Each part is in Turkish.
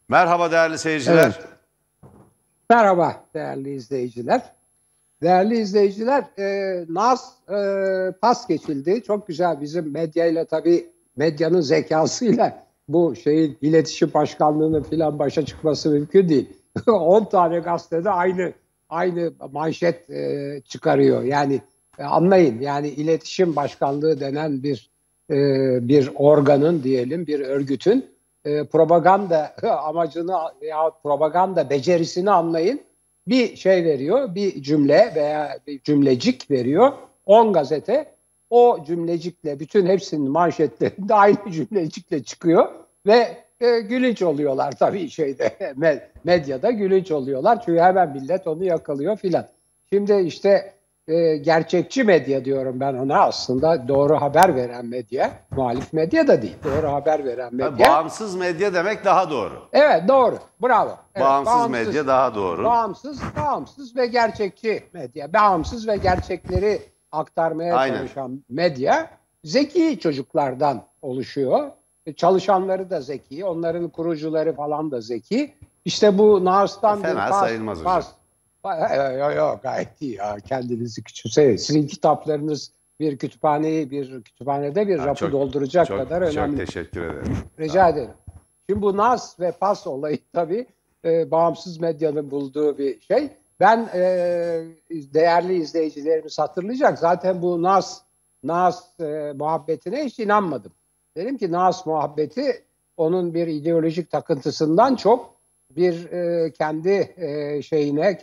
Merhaba değerli seyirciler. Evet. Merhaba değerli izleyiciler. Değerli izleyiciler, Naz pas geçildi. Çok güzel, bizim medyayla, tabii medyanın zekasıyla bu şeyin iletişim başkanlığının filan başa çıkması mümkün değil. 10 tane gazetede aynı manşet çıkarıyor. Yani anlayın, yani iletişim başkanlığı denen bir organın, diyelim bir örgütün propaganda amacını ya propaganda becerisini anlayın. Bir şey veriyor, bir cümle veya bir cümlecik veriyor. 10 gazete o cümlecikle, bütün hepsinin manşetlerinde aynı cümlecikle çıkıyor ve gülünç oluyorlar tabii medyada gülünç oluyorlar. Çünkü hemen millet onu yakalıyor filan. Şimdi işte gerçekçi medya diyorum ben ona, aslında doğru haber veren medya, muhalif medya da değil, doğru haber veren medya. Bağımsız medya demek daha doğru. Evet, doğru, bravo. Evet, bağımsız medya daha doğru. Bağımsız ve gerçekçi medya, bağımsız ve gerçekleri aktarmaya çalışan medya zeki çocuklardan oluşuyor. Çalışanları da zeki, onların kurucuları falan da zeki. İşte bu Nars'tan fena sayılmaz hocam. Yok, gayet iyi ya. Kendinizi küçümseyin. Sizin kitaplarınız bir kütüphanede bir rafı dolduracak kadar önemli. Çok teşekkür ederim. Rica ederim. Şimdi bu Nas ve Pas olayı tabii bağımsız medyanın bulduğu bir şey. Ben değerli izleyicilerimiz hatırlayacak. Zaten bu Nas muhabbetine hiç inanmadım. Dedim ki Nas muhabbeti onun bir ideolojik takıntısından çok bir kendi şeyine,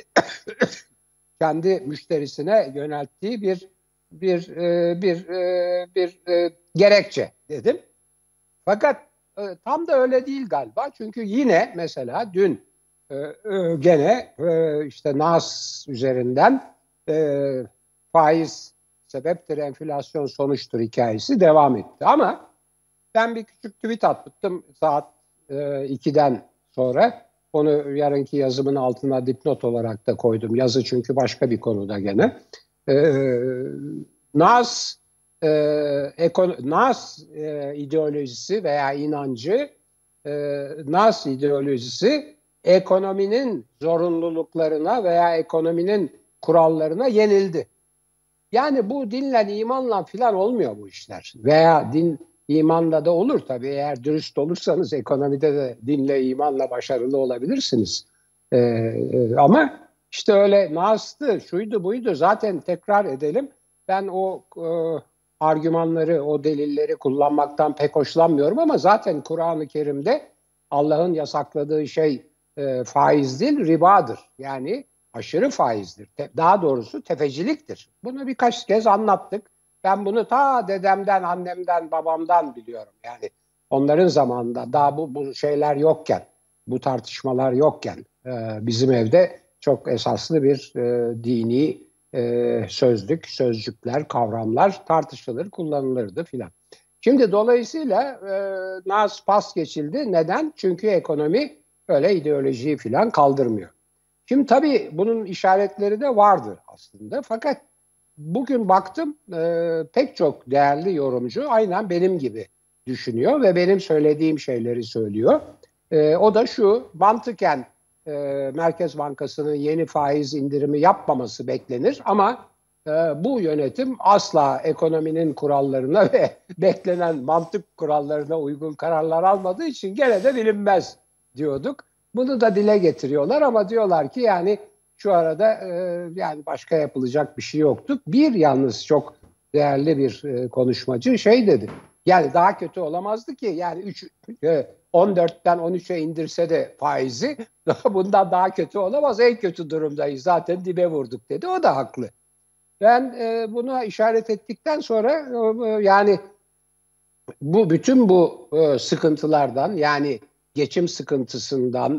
kendi müşterisine yönelttiği bir gerekçe dedim. Fakat tam da öyle değil galiba. Çünkü yine mesela dün gene işte Nas üzerinden faiz sebeptir, enflasyon sonuçtur hikayesi devam etti. Ama ben bir küçük tweet attım saat 2'den sonra. Onu yarınki yazımın altına dipnot olarak da koydum. Yazı çünkü başka bir konuda gene. Nas ideolojisi veya inancı, Nas ideolojisi ekonominin zorunluluklarına veya ekonominin kurallarına yenildi. Yani bu dinle, imanla filan olmuyor bu işler. Veya din, imanla da olur tabii. Eğer dürüst olursanız ekonomide de dinle, imanla başarılı olabilirsiniz. Ama işte öyle Nas'tı, şuydu, buydu. Zaten tekrar edelim. Ben o argümanları, o delilleri kullanmaktan pek hoşlanmıyorum ama zaten Kur'an-ı Kerim'de Allah'ın yasakladığı şey faiz değil, ribadır. Yani aşırı faizdir. Daha doğrusu tefeciliktir. Bunu birkaç kez anlattık. Ben bunu ta dedemden, annemden, babamdan biliyorum. Yani onların zamanında daha bu şeyler yokken, bu tartışmalar yokken bizim evde çok esaslı bir dini sözcükler, kavramlar tartışılır, kullanılırdı filan. Şimdi dolayısıyla Nas pas geçildi. Neden? Çünkü ekonomi öyle ideolojiyi filan kaldırmıyor. Şimdi tabii bunun işaretleri de vardı aslında. Fakat bugün baktım pek çok değerli yorumcu aynen benim gibi düşünüyor ve benim söylediğim şeyleri söylüyor. O da şu, mantıken Merkez Bankası'nın yeni faiz indirimi yapmaması beklenir ama bu yönetim asla ekonominin kurallarına ve beklenen mantık kurallarına uygun kararlar almadığı için gene de bilinmez diyorduk. Bunu da dile getiriyorlar ama diyorlar ki yani şu arada yani başka yapılacak bir şey yoktu. Bir yalnız çok değerli bir konuşmacı şey dedi. Yani daha kötü olamazdı ki, yani 14'ten 13'e indirse de faizi bundan daha kötü olamaz. En kötü durumdayız, zaten dibe vurduk dedi. O da haklı. Ben buna işaret ettikten sonra yani bütün bu sıkıntılardan, yani geçim sıkıntısından,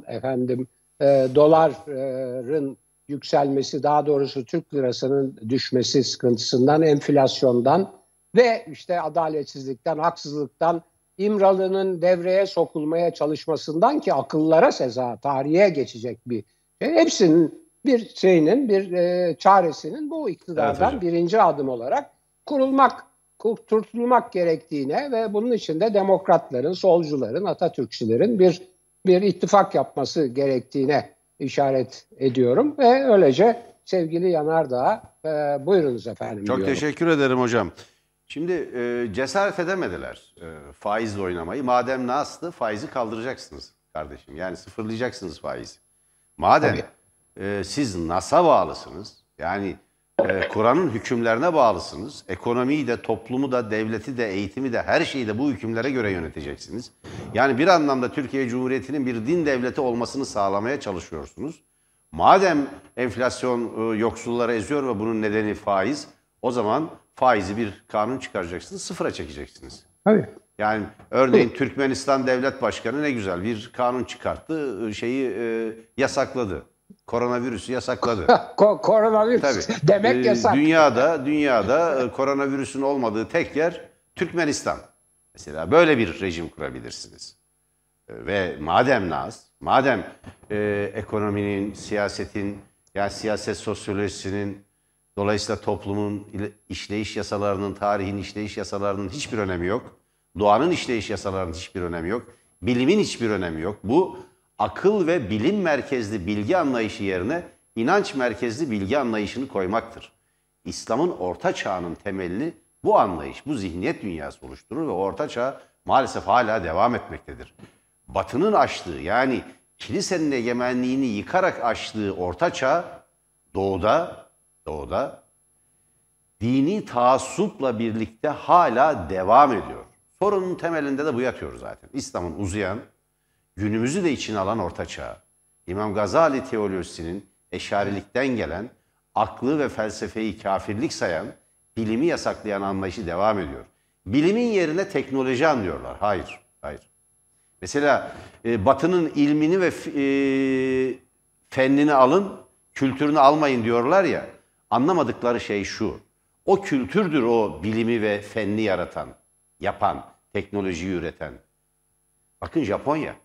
doların yükselmesi, daha doğrusu Türk lirasının düşmesi sıkıntısından, enflasyondan ve işte adaletsizlikten, haksızlıktan, İmralı'nın devreye sokulmaya çalışmasından, ki akıllara seza, tarihe geçecek bir şey. Hepsinin bir çaresinin bu iktidardan birinci adım olarak kurtulmak gerektiğine ve bunun için de demokratların, solcuların, Atatürkçülerin bir bir ittifak yapması gerektiğine işaret ediyorum ve öylece sevgili Yanardağ'a buyurunuz efendim Çok diyorum. teşekkür ederim hocam. Şimdi cesaret edemediler faizle oynamayı. Madem nas'tı, faizi kaldıracaksınız kardeşim. Yani sıfırlayacaksınız faizi. Madem siz NAS'a bağlısınız, yani Kur'an'ın hükümlerine bağlısınız, ekonomiyi de, toplumu da, devleti de, eğitimi de, her şeyi de bu hükümlere göre yöneteceksiniz. Yani bir anlamda Türkiye Cumhuriyeti'nin bir din devleti olmasını sağlamaya çalışıyorsunuz. Madem enflasyon yoksulları eziyor ve bunun nedeni faiz, o zaman faizi bir kanun çıkaracaksınız, sıfıra çekeceksiniz. Tabii. Yani örneğin Türkmenistan Devlet Başkanı ne güzel bir kanun çıkarttı, yasakladı. Koronavirüsü yasakladı. Koronavirüs Tabii. demek yasak. Dünyada koronavirüsün olmadığı tek yer Türkmenistan. Mesela böyle bir rejim kurabilirsiniz. Ve madem ekonominin, siyasetin, yani siyaset sosyolojisinin, dolayısıyla toplumun işleyiş yasalarının, tarihin işleyiş yasalarının hiçbir önemi yok. Doğanın işleyiş yasalarının hiçbir önemi yok. Bilimin hiçbir önemi yok. Bu akıl ve bilim merkezli bilgi anlayışı yerine inanç merkezli bilgi anlayışını koymaktır. İslam'ın orta çağının temelini bu anlayış, bu zihniyet dünyası oluşturur ve orta çağ maalesef hala devam etmektedir. Batı'nın açtığı, yani kilisenin egemenliğini yıkarak açtığı orta çağ doğuda dini taassupla birlikte hala devam ediyor. Sorunun temelinde de bu yatıyor zaten. İslam'ın uzayan, günümüzü de içine alan orta çağ, İmam Gazali teolojisinin eşarilikten gelen, aklı ve felsefeyi kafirlik sayan, bilimi yasaklayan anlayışı devam ediyor. Bilimin yerine teknoloji anlıyorlar. Hayır. Mesela Batı'nın ilmini ve fennini alın, kültürünü almayın diyorlar ya, anlamadıkları şey şu: o kültürdür o bilimi ve fenni yaratan, yapan, teknolojiyi üreten. Bakın Japonya.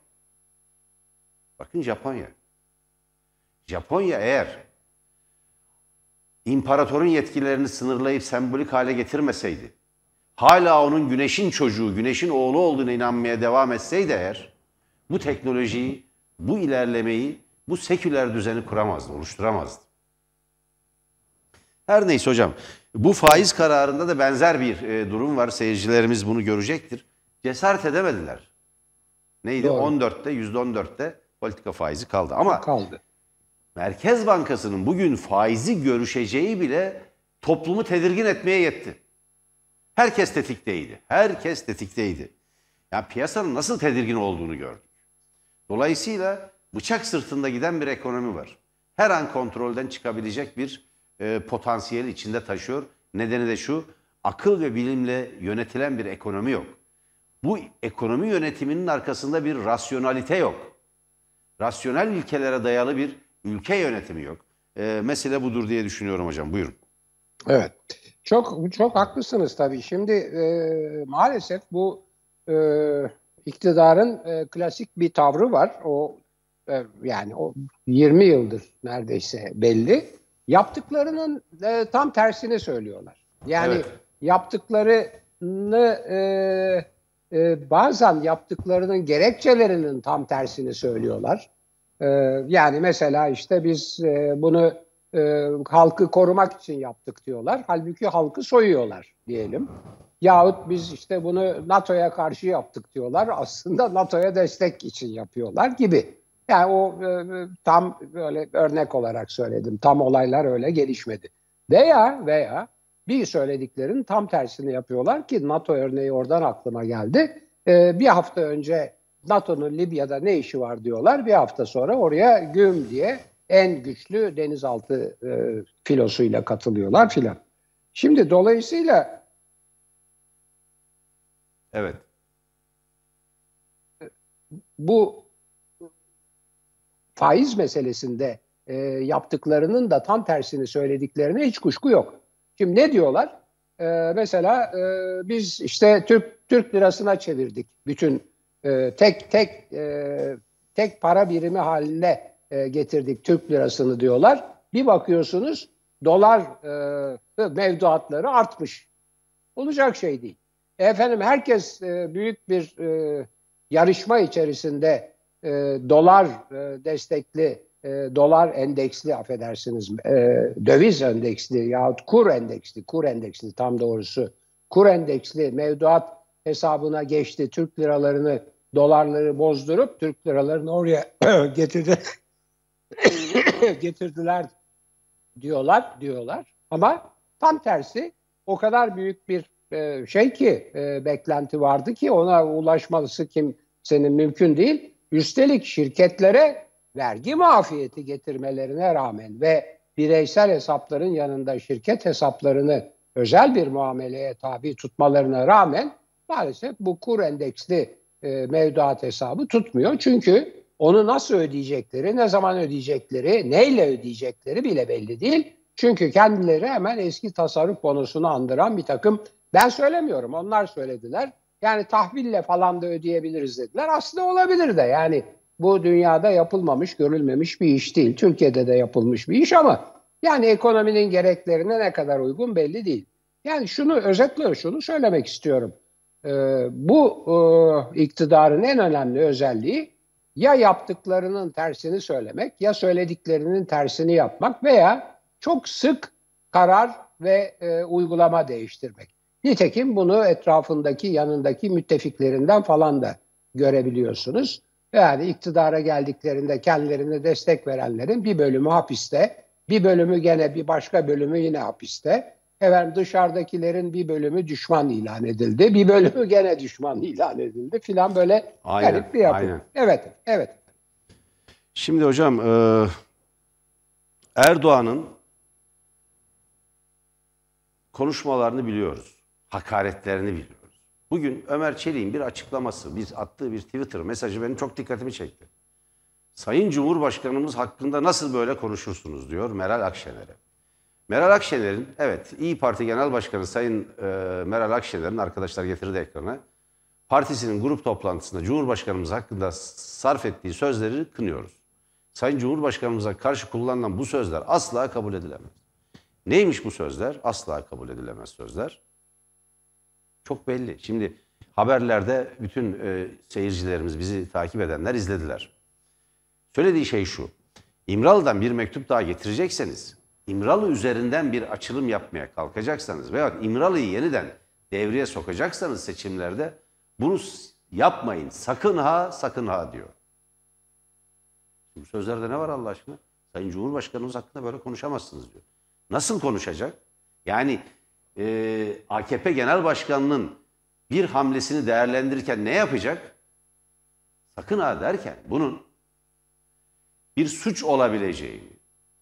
Japonya eğer imparatorun yetkilerini sınırlayıp sembolik hale getirmeseydi, hala onun güneşin çocuğu, güneşin oğlu olduğuna inanmaya devam etseydi eğer, bu teknolojiyi, bu ilerlemeyi, bu seküler düzeni kuramazdı, oluşturamazdı. Her neyse hocam, bu faiz kararında da benzer bir durum var. Seyircilerimiz bunu görecektir. Cesaret edemediler. Neydi? Doğru. %14'te politika faizi kaldı. Ama kaldı. Merkez Bankası'nın bugün faizi görüşeceği bile toplumu tedirgin etmeye yetti. Herkes tetikteydi. Yani piyasanın nasıl tedirgin olduğunu gördük. Dolayısıyla bıçak sırtında giden bir ekonomi var. Her an kontrolden çıkabilecek bir potansiyeli içinde taşıyor. Nedeni de şu: akıl ve bilimle yönetilen bir ekonomi yok. Bu ekonomi yönetiminin arkasında bir rasyonalite yok. Rasyonel ilkelere dayalı bir ülke yönetimi yok. Mesele budur diye düşünüyorum hocam. Buyurun. Evet. Çok haklısınız tabii. Şimdi maalesef bu iktidarın klasik bir tavrı var. Yani o 20 yıldır neredeyse belli. Yaptıklarının tam tersini söylüyorlar. Yani evet, yaptıklarını bazen yaptıklarının gerekçelerinin tam tersini söylüyorlar. Yani mesela işte biz bunu halkı korumak için yaptık diyorlar. Halbuki halkı soyuyorlar diyelim. Yahut biz işte bunu NATO'ya karşı yaptık diyorlar. Aslında NATO'ya destek için yapıyorlar gibi. Yani o tam böyle örnek olarak söyledim. Tam olaylar öyle gelişmedi. Veya bir söylediklerin tam tersini yapıyorlar ki NATO örneği oradan aklıma geldi. Bir hafta önce NATO'nun Libya'da ne işi var diyorlar. Bir hafta sonra oraya güm diye en güçlü denizaltı filosuyla katılıyorlar filan. Şimdi dolayısıyla evet, bu faiz meselesinde yaptıklarının da tam tersini söylediklerine hiç kuşku yok. Şimdi ne diyorlar? Mesela biz işte Türk lirasına çevirdik. Bütün tek para birimi haline getirdik Türk lirasını diyorlar. Bir bakıyorsunuz dolar mevduatları artmış. Olacak şey değil. Efendim herkes büyük bir yarışma içerisinde dolar destekli, dolar endeksli, affedersiniz, döviz endeksli yahut kur endeksli tam doğrusu, kur endeksli mevduat hesabına geçti. Türk liralarını, dolarları bozdurup Türk liralarını oraya getirdiler diyorlar. Ama tam tersi, o kadar büyük bir beklenti vardı ki ona ulaşması kimsenin mümkün değil. Üstelik şirketlere vergi muafiyeti getirmelerine rağmen ve bireysel hesapların yanında şirket hesaplarını özel bir muameleye tabi tutmalarına rağmen maalesef bu kur endeksli mevduat hesabı tutmuyor. Çünkü onu nasıl ödeyecekleri, ne zaman ödeyecekleri, neyle ödeyecekleri bile belli değil. Çünkü kendileri hemen eski tasarruf bonosunu andıran bir takım, ben söylemiyorum, onlar söylediler. Yani tahville falan da ödeyebiliriz dediler. Aslında olabilir de, yani bu dünyada yapılmamış, görülmemiş bir iş değil. Türkiye'de de yapılmış bir iş ama yani ekonominin gereklerine ne kadar uygun belli değil. Yani özetle şunu söylemek istiyorum. Bu iktidarın en önemli özelliği ya yaptıklarının tersini söylemek, ya söylediklerinin tersini yapmak veya çok sık karar ve uygulama değiştirmek. Nitekim bunu etrafındaki, yanındaki müttefiklerinden falan da görebiliyorsunuz. Yani iktidara geldiklerinde kendilerine destek verenlerin bir bölümü hapiste, bir bölümü gene, bir başka bölümü yine hapiste. Efendim, dışarıdakilerin bir bölümü düşman ilan edildi, bir bölümü gene düşman ilan edildi filan, böyle garip bir yapı. Aynen. Evet. Şimdi hocam, Erdoğan'ın konuşmalarını biliyoruz, hakaretlerini biliyoruz. Bugün Ömer Çelik'in bir açıklaması, attığı bir Twitter mesajı benim çok dikkatimi çekti. Sayın Cumhurbaşkanımız hakkında nasıl böyle konuşursunuz diyor Meral Akşener'e. Meral Akşener'in, evet, İYİ Parti Genel Başkanı Sayın Meral Akşener'in, arkadaşlar getirdi ekrana, partisinin grup toplantısında Cumhurbaşkanımız hakkında sarf ettiği sözleri kınıyoruz. Sayın Cumhurbaşkanımıza karşı kullanılan bu sözler asla kabul edilemez. Neymiş bu sözler? Asla kabul edilemez sözler. Çok belli. Şimdi haberlerde bütün seyircilerimiz, bizi takip edenler izlediler. Söylediği şey şu: İmralı'dan bir mektup daha getirecekseniz, İmralı üzerinden bir açılım yapmaya kalkacaksanız veya İmralı'yı yeniden devreye sokacaksanız seçimlerde, bunu yapmayın. Sakın ha diyor. Bu sözlerde ne var Allah aşkına? Sayın Cumhurbaşkanımız hakkında böyle konuşamazsınız diyor. Nasıl konuşacak? Yani AKP Genel Başkanı'nın bir hamlesini değerlendirirken ne yapacak? Sakın ha derken bunun bir suç olabileceğini,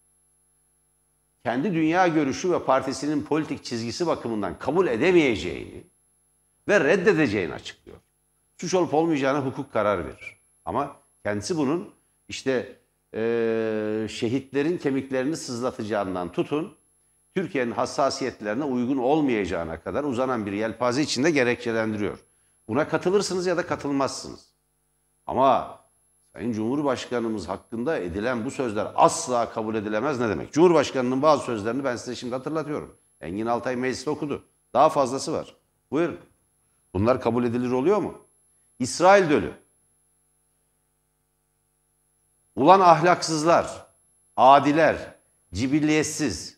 kendi dünya görüşü ve partisinin politik çizgisi bakımından kabul edemeyeceğini ve reddedeceğini açıklıyor. Suç olup olmayacağına hukuk karar verir. Ama kendisi bunun işte şehitlerin kemiklerini sızlatacağından tutun, Türkiye'nin hassasiyetlerine uygun olmayacağına kadar uzanan bir yelpaze içinde gerekçelendiriyor. Buna katılırsınız ya da katılmazsınız. Ama Sayın Cumhurbaşkanımız hakkında edilen bu sözler asla kabul edilemez ne demek? Cumhurbaşkanının bazı sözlerini ben size şimdi hatırlatıyorum. Engin Altay mecliste okudu. Daha fazlası var. Buyurun. Bunlar kabul edilir oluyor mu? İsrail dölü. Ulan ahlaksızlar, adiler, cibilliyetsiz,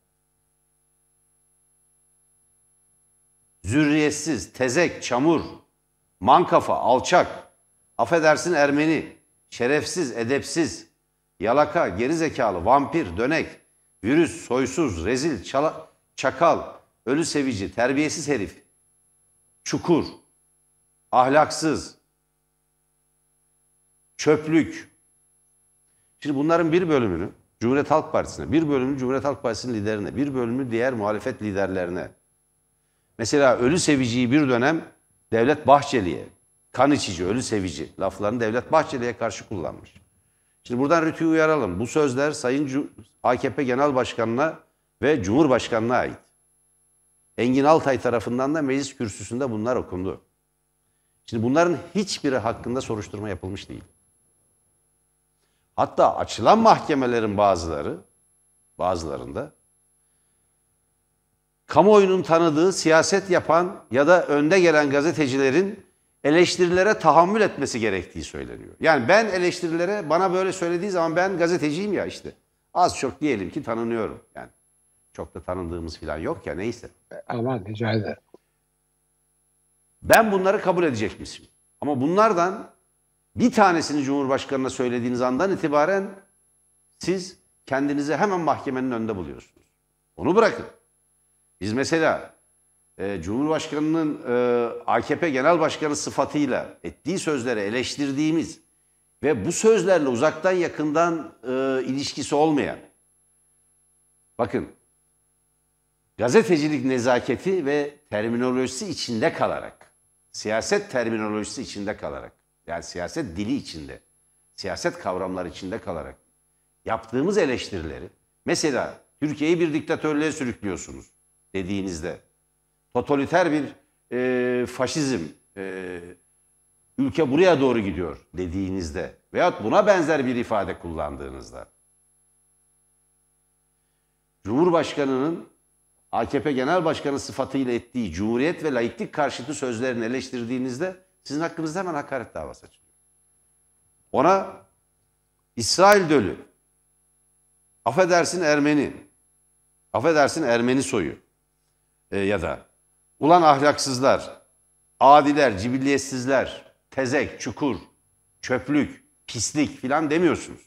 zürriyetsiz, tezek, çamur, mankafa, alçak, affedersin Ermeni, şerefsiz, edepsiz, yalaka, gerizekalı, vampir, dönek, virüs, soysuz, rezil, çakal, ölü sevici, terbiyesiz herif, çukur, ahlaksız, çöplük. Şimdi bunların bir bölümünü Cumhuriyet Halk Partisi'ne, bir bölümünü Cumhuriyet Halk Partisi'nin liderine, bir bölümünü diğer muhalefet liderlerine. Mesela ölü seviciyi bir dönem Devlet Bahçeli'ye, kan içici, ölü sevici laflarını Devlet Bahçeli'ye karşı kullanmış. Şimdi buradan Rütü'yü uyaralım. Bu sözler Sayın AKP Genel Başkanı'na ve Cumhurbaşkanı'na ait. Engin Altay tarafından da meclis kürsüsünde bunlar okundu. Şimdi bunların hiçbiri hakkında soruşturma yapılmış değil. Hatta açılan mahkemelerin bazılarında kamuoyunun tanıdığı siyaset yapan ya da önde gelen gazetecilerin eleştirilere tahammül etmesi gerektiği söyleniyor. Yani ben eleştirilere bana böyle söylediği zaman ben gazeteciyim ya işte. Az çok diyelim ki tanınıyorum. Yani çok da tanındığımız falan yok ya neyse. Aman rica ederim. Ben bunları kabul edecek misin? Ama bunlardan bir tanesini Cumhurbaşkanı'na söylediğiniz andan itibaren siz kendinizi hemen mahkemenin önünde buluyorsunuz. Onu bırakın. Biz mesela Cumhurbaşkanı'nın AKP Genel Başkanı sıfatıyla ettiği sözleri eleştirdiğimiz ve bu sözlerle uzaktan yakından ilişkisi olmayan, bakın, gazetecilik nezaketi ve terminolojisi içinde kalarak, siyaset terminolojisi içinde kalarak, yani siyaset dili içinde, siyaset kavramları içinde kalarak yaptığımız eleştirileri, mesela Türkiye'yi bir diktatörlüğe sürüklüyorsunuz dediğinizde, totaliter bir faşizm, ülke buraya doğru gidiyor dediğinizde veyahut buna benzer bir ifade kullandığınızda, Cumhurbaşkanı'nın AKP Genel Başkanı sıfatıyla ettiği cumhuriyet ve laiklik karşıtı sözlerini eleştirdiğinizde sizin hakkınızda hemen hakaret davası açılıyor. Ona İsrail dölü, affedersin Ermeni, affedersin Ermeni soyu ya da ulan ahlaksızlar, adiler, cibilliyetsizler, tezek, çukur, çöplük, pislik filan demiyorsunuz.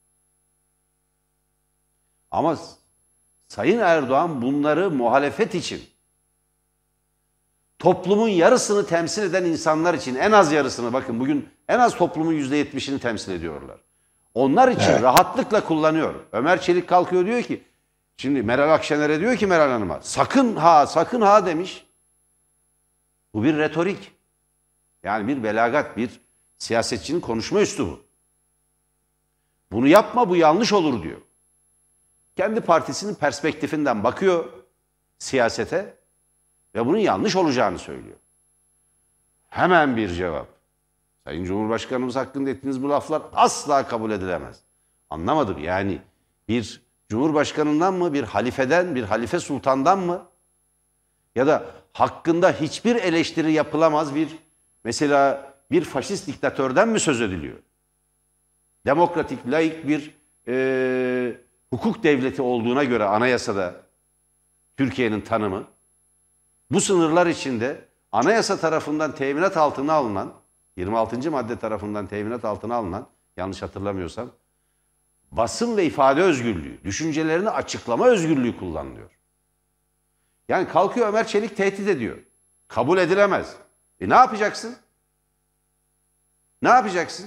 Ama Sayın Erdoğan bunları muhalefet için, toplumun yarısını temsil eden insanlar için, en az yarısını, bakın bugün en az toplumun %70'ini temsil ediyorlar. Onlar için rahatlıkla kullanıyor. Ömer Çelik kalkıyor diyor ki, şimdi Meral Akşener'e diyor ki Meral Hanım'a, sakın ha, sakın ha demiş. Bu bir retorik. Yani bir belagat, bir siyasetçinin konuşma üslubu. Bunu yapma, bu yanlış olur diyor. Kendi partisinin perspektifinden bakıyor siyasete ve bunun yanlış olacağını söylüyor. Hemen bir cevap. Sayın Cumhurbaşkanımız hakkında ettiğiniz bu laflar asla kabul edilemez. Anlamadım yani bir Cumhurbaşkanından mı, bir halifeden, bir halife sultandan mı? Ya da hakkında hiçbir eleştiri yapılamaz bir, mesela bir faşist diktatörden mi söz ediliyor? Demokratik, laik bir hukuk devleti olduğuna göre anayasada Türkiye'nin tanımı, bu sınırlar içinde anayasa tarafından teminat altına alınan, 26. madde tarafından teminat altına alınan, yanlış hatırlamıyorsam, basın ve ifade özgürlüğü, düşüncelerini açıklama özgürlüğü kullanılıyor. Yani kalkıyor Ömer Çelik tehdit ediyor. Kabul edilemez. Ne yapacaksın? Ne yapacaksın?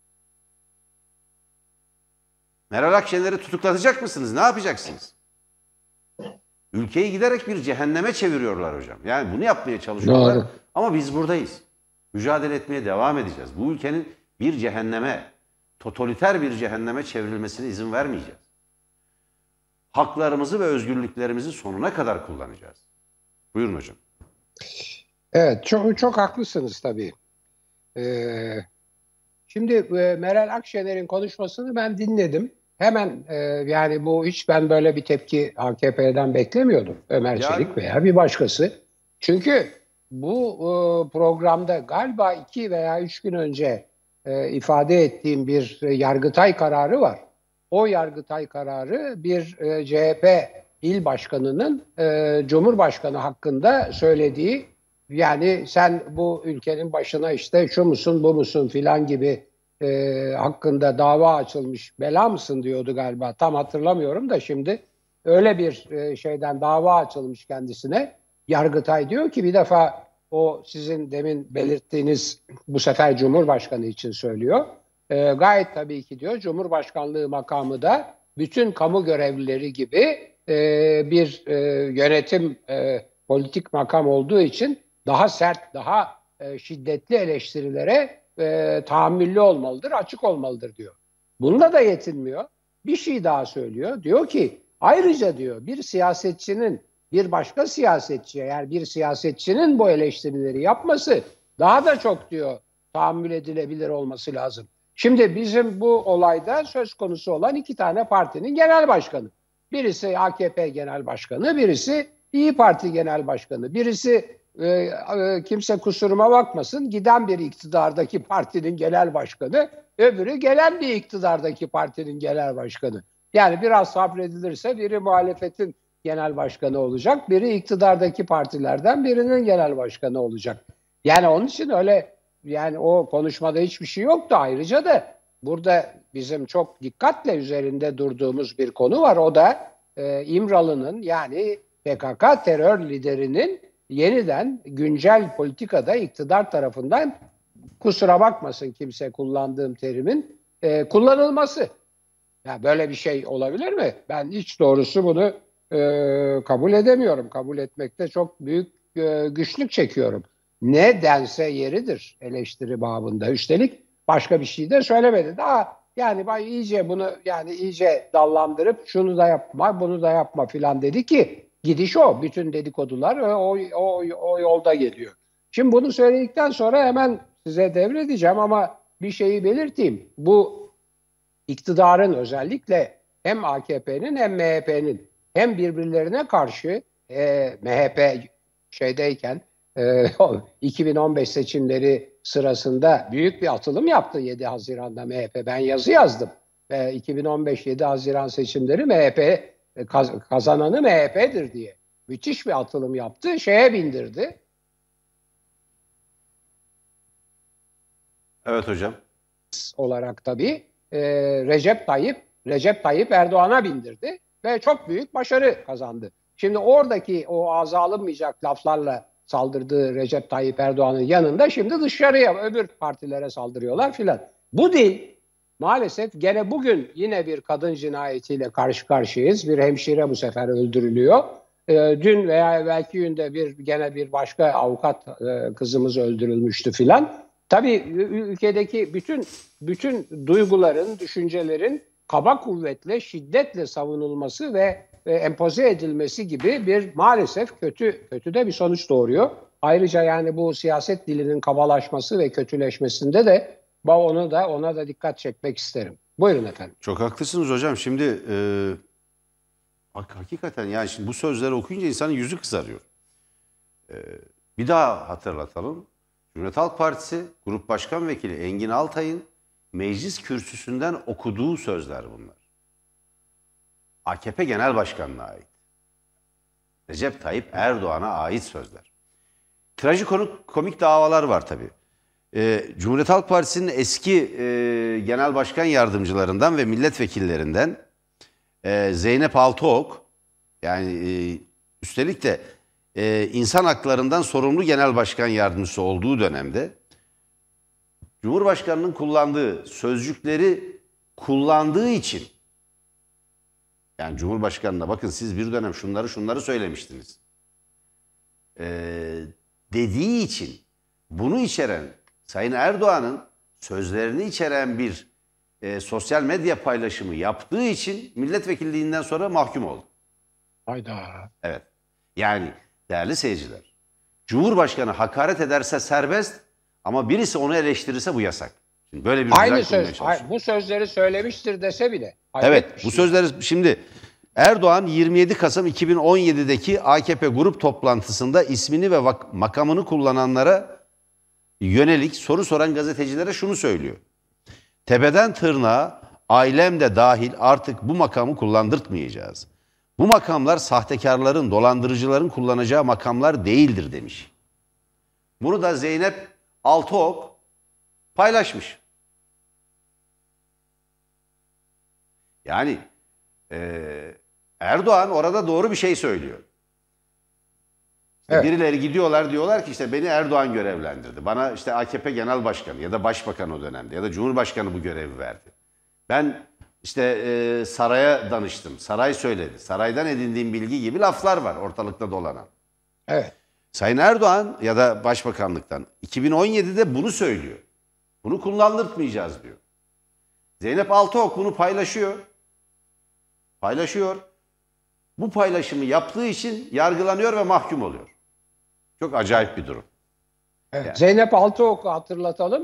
Meral Akşener'i tutuklatacak mısınız? Ne yapacaksınız? Ülkeyi giderek bir cehenneme çeviriyorlar hocam. Yani bunu yapmaya çalışıyorlar. Doğru. Ama biz buradayız. Mücadele etmeye devam edeceğiz. Bu ülkenin bir cehenneme, totaliter bir cehenneme çevrilmesine izin vermeyeceğiz. Haklarımızı ve özgürlüklerimizi sonuna kadar kullanacağız. Buyurun hocam. Evet, çok haklısınız tabii. Şimdi Meral Akşener'in konuşmasını ben dinledim. Hemen yani bu hiç ben böyle bir tepki AKP'den beklemiyordum. Ömer Çelik veya bir başkası. Çünkü bu programda galiba 2 veya 3 gün önce ifade ettiğim bir Yargıtay kararı var. O Yargıtay kararı bir CHP il başkanının Cumhurbaşkanı hakkında söylediği, yani sen bu ülkenin başına işte şu musun bu musun filan gibi hakkında dava açılmış bela mısın diyordu galiba. Tam hatırlamıyorum da şimdi öyle bir şeyden dava açılmış kendisine. Yargıtay diyor ki bir defa o sizin demin belirttiğiniz, bu sefer Cumhurbaşkanı için söylüyor. Gayet tabii ki diyor Cumhurbaşkanlığı makamı da bütün kamu görevlileri gibi bir yönetim politik makam olduğu için daha sert, daha şiddetli eleştirilere tahammüllü olmalıdır, açık olmalıdır diyor. Bununla da yetinmiyor. Bir şey daha söylüyor. Diyor ki ayrıca diyor bir siyasetçinin bir başka siyasetçiye, yani bir siyasetçinin bu eleştirileri yapması daha da çok diyor tahammül edilebilir olması lazım. Şimdi bizim bu olayda söz konusu olan 2 tane partinin genel başkanı. Birisi AKP Genel Başkanı, birisi İyi Parti Genel Başkanı. Birisi kimse kusuruma bakmasın, giden bir iktidardaki partinin genel başkanı, öbürü gelen bir iktidardaki partinin genel başkanı. Yani biraz sabredilirse biri muhalefetin genel başkanı olacak, biri iktidardaki partilerden birinin genel başkanı olacak. Yani onun için öyle, yani o konuşmada hiçbir şey yoktu. Ayrıca da burada bizim çok dikkatle üzerinde durduğumuz bir konu var. O da İmralı'nın, yani PKK terör liderinin yeniden güncel politikada iktidar tarafından, kusura bakmasın kimse kullandığım terimin, kullanılması. Ya böyle bir şey olabilir mi? Ben hiç doğrusu bunu kabul edemiyorum. Kabul etmekte çok büyük güçlük çekiyorum. Ne dense yeridir eleştiri babında. Üstelik başka bir şey de söylemedi. Daha yani ben iyice bunu, yani iyice dallandırıp şunu da yapma, bunu da yapma filan dedi ki gidiş o. Bütün dedikodular o yolda geliyor. Şimdi bunu söyledikten sonra hemen size devredeceğim ama bir şeyi belirteyim. Bu iktidarın, özellikle hem AKP'nin hem MHP'nin hem birbirlerine karşı MHP şeydeyken 2015 seçimleri sırasında büyük bir atılım yaptı 7 Haziran'da MHP. Ben yazı yazdım. 2015 7 Haziran seçimleri MHP kazananı MHP'dir diye. Müthiş bir atılım yaptı. Şeye bindirdi. Evet hocam. Olarak tabii Recep Tayyip Erdoğan'a bindirdi ve çok büyük başarı kazandı. Şimdi oradaki o ağza alınmayacak laflarla saldırdığı Recep Tayyip Erdoğan'ın yanında şimdi dışarıya, öbür partilere saldırıyorlar filan. Bu değil. Maalesef gene bugün yine bir kadın cinayetiyle karşı karşıyayız. Bir hemşire bu sefer öldürülüyor. Dün veya belki günde gene bir başka avukat kızımız öldürülmüştü filan. Tabii ülkedeki bütün duyguların, düşüncelerin kaba kuvvetle, şiddetle savunulması ve empoze edilmesi gibi bir maalesef kötü de bir sonuç doğuruyor. Ayrıca yani bu siyaset dilinin kabalaşması ve kötüleşmesinde de ona da dikkat çekmek isterim. Buyurun efendim. Çok haklısınız hocam. Şimdi hakikaten yani şimdi bu sözleri okuyunca insanın yüzü kızarıyor. Bir daha hatırlatalım. Cumhuriyet Halk Partisi Grup Başkan Vekili Engin Altay'ın meclis kürsüsünden okuduğu sözler bunlar. AKP Genel Başkanı'na ait. Recep Tayyip Erdoğan'a ait sözler. Trajikomik davalar var tabii. Cumhuriyet Halk Partisi'nin eski genel başkan yardımcılarından ve milletvekillerinden Zeynep Altıok, yani üstelik de insan haklarından sorumlu genel başkan yardımcısı olduğu dönemde Cumhurbaşkanı'nın kullandığı sözcükleri kullandığı için, yani Cumhurbaşkanı'na bakın siz bir dönem şunları söylemiştiniz dediği için bunu içeren Sayın Erdoğan'ın sözlerini içeren bir sosyal medya paylaşımı yaptığı için milletvekilliğinden sonra mahkum oldu. Hayda. Evet. Yani değerli seyirciler, Cumhurbaşkanı hakaret ederse serbest ama birisi onu eleştirirse bu yasak. Şimdi böyle bir aynı söz, bu sözleri söylemiştir dese bile. Evet, bu sözleri şimdi Erdoğan 27 Kasım 2017'deki AKP grup toplantısında ismini ve makamını kullananlara yönelik soru soran gazetecilere şunu söylüyor. Tepeden tırnağa ailem de dahil artık bu makamı kullandırtmayacağız. Bu makamlar sahtekarların, dolandırıcıların kullanacağı makamlar değildir demiş. Bunu da Zeynep Altıok paylaşmış. Yani Erdoğan orada doğru bir şey söylüyor. Evet. Birileri gidiyorlar diyorlar ki işte beni Erdoğan görevlendirdi. Bana işte AKP Genel Başkanı ya da Başbakan o dönemde ya da Cumhurbaşkanı bu görevi verdi. Ben işte saraya danıştım. Saray söyledi. Saraydan edindiğim bilgi gibi laflar var ortalıkta dolanan. Evet. Sayın Erdoğan ya da Başbakanlıktan 2017'de bunu söylüyor. Bunu kullandırtmayacağız diyor. Zeynep Altıok bunu paylaşıyor. Bu paylaşımı yaptığı için yargılanıyor ve mahkum oluyor. Çok acayip bir durum. Evet. Yani. Zeynep Altıok'u hatırlatalım.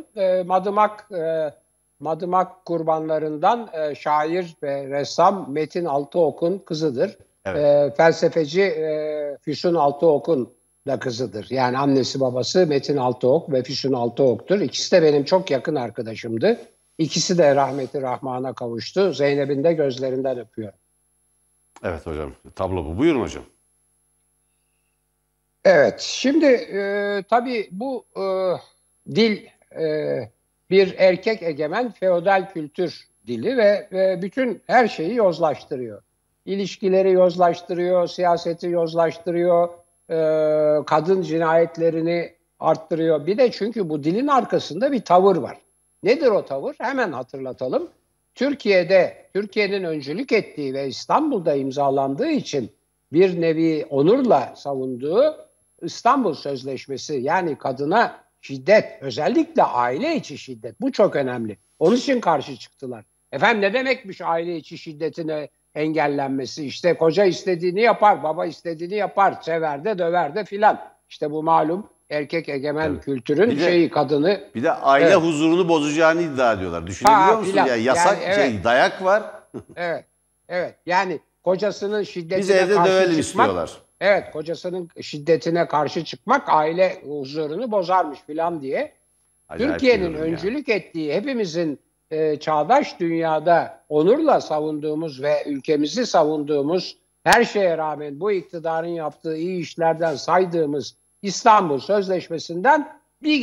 Madımak kurbanlarından şair ve ressam Metin Altıok'un kızıdır. Evet. Felsefeci Füsun Altıok'un da kızıdır. Yani annesi babası Metin Altıok ve Füsun Altıok'tur. İkisi de benim çok yakın arkadaşımdı. İkisi de rahmeti rahmana kavuştu. Zeynep'in de gözlerinden öpüyorum. Evet hocam. Tablo bu. Buyurun hocam. Evet, şimdi tabii bu dil bir erkek egemen feodal kültür dili ve bütün her şeyi yozlaştırıyor. İlişkileri yozlaştırıyor, siyaseti yozlaştırıyor, kadın cinayetlerini arttırıyor. Bir de çünkü bu dilin arkasında bir tavır var. Nedir o tavır? Hemen hatırlatalım. Türkiye'nin öncülük ettiği ve İstanbul'da imzalandığı için bir nevi onurla savunduğu İstanbul Sözleşmesi, yani kadına şiddet, özellikle aile içi şiddet, bu çok önemli. Onun için karşı çıktılar. Efendim ne demekmiş aile içi şiddetine engellenmesi? İşte koca istediğini yapar, baba istediğini yapar, sever de döver de filan. İşte bu malum erkek egemen Evet. kültürün kadını. Bir de aile evet, huzurunu bozacağını iddia ediyorlar. Düşünebiliyor musun? filan. Ya yasak Yani, evet, dayak var. evet, evet. Yani kocasının Biz şiddetine evde karşı dövelim çıkmak, istiyorlar. evet, kocasının şiddetine karşı çıkmak aile huzurunu bozarmış filan diye. Acayip Türkiye'nin diyorum ya. öncülük ettiği, hepimizin çağdaş dünyada onurla savunduğumuz ve ülkemizi savunduğumuz, her şeye rağmen bu iktidarın yaptığı iyi işlerden saydığımız İstanbul Sözleşmesi'nden bir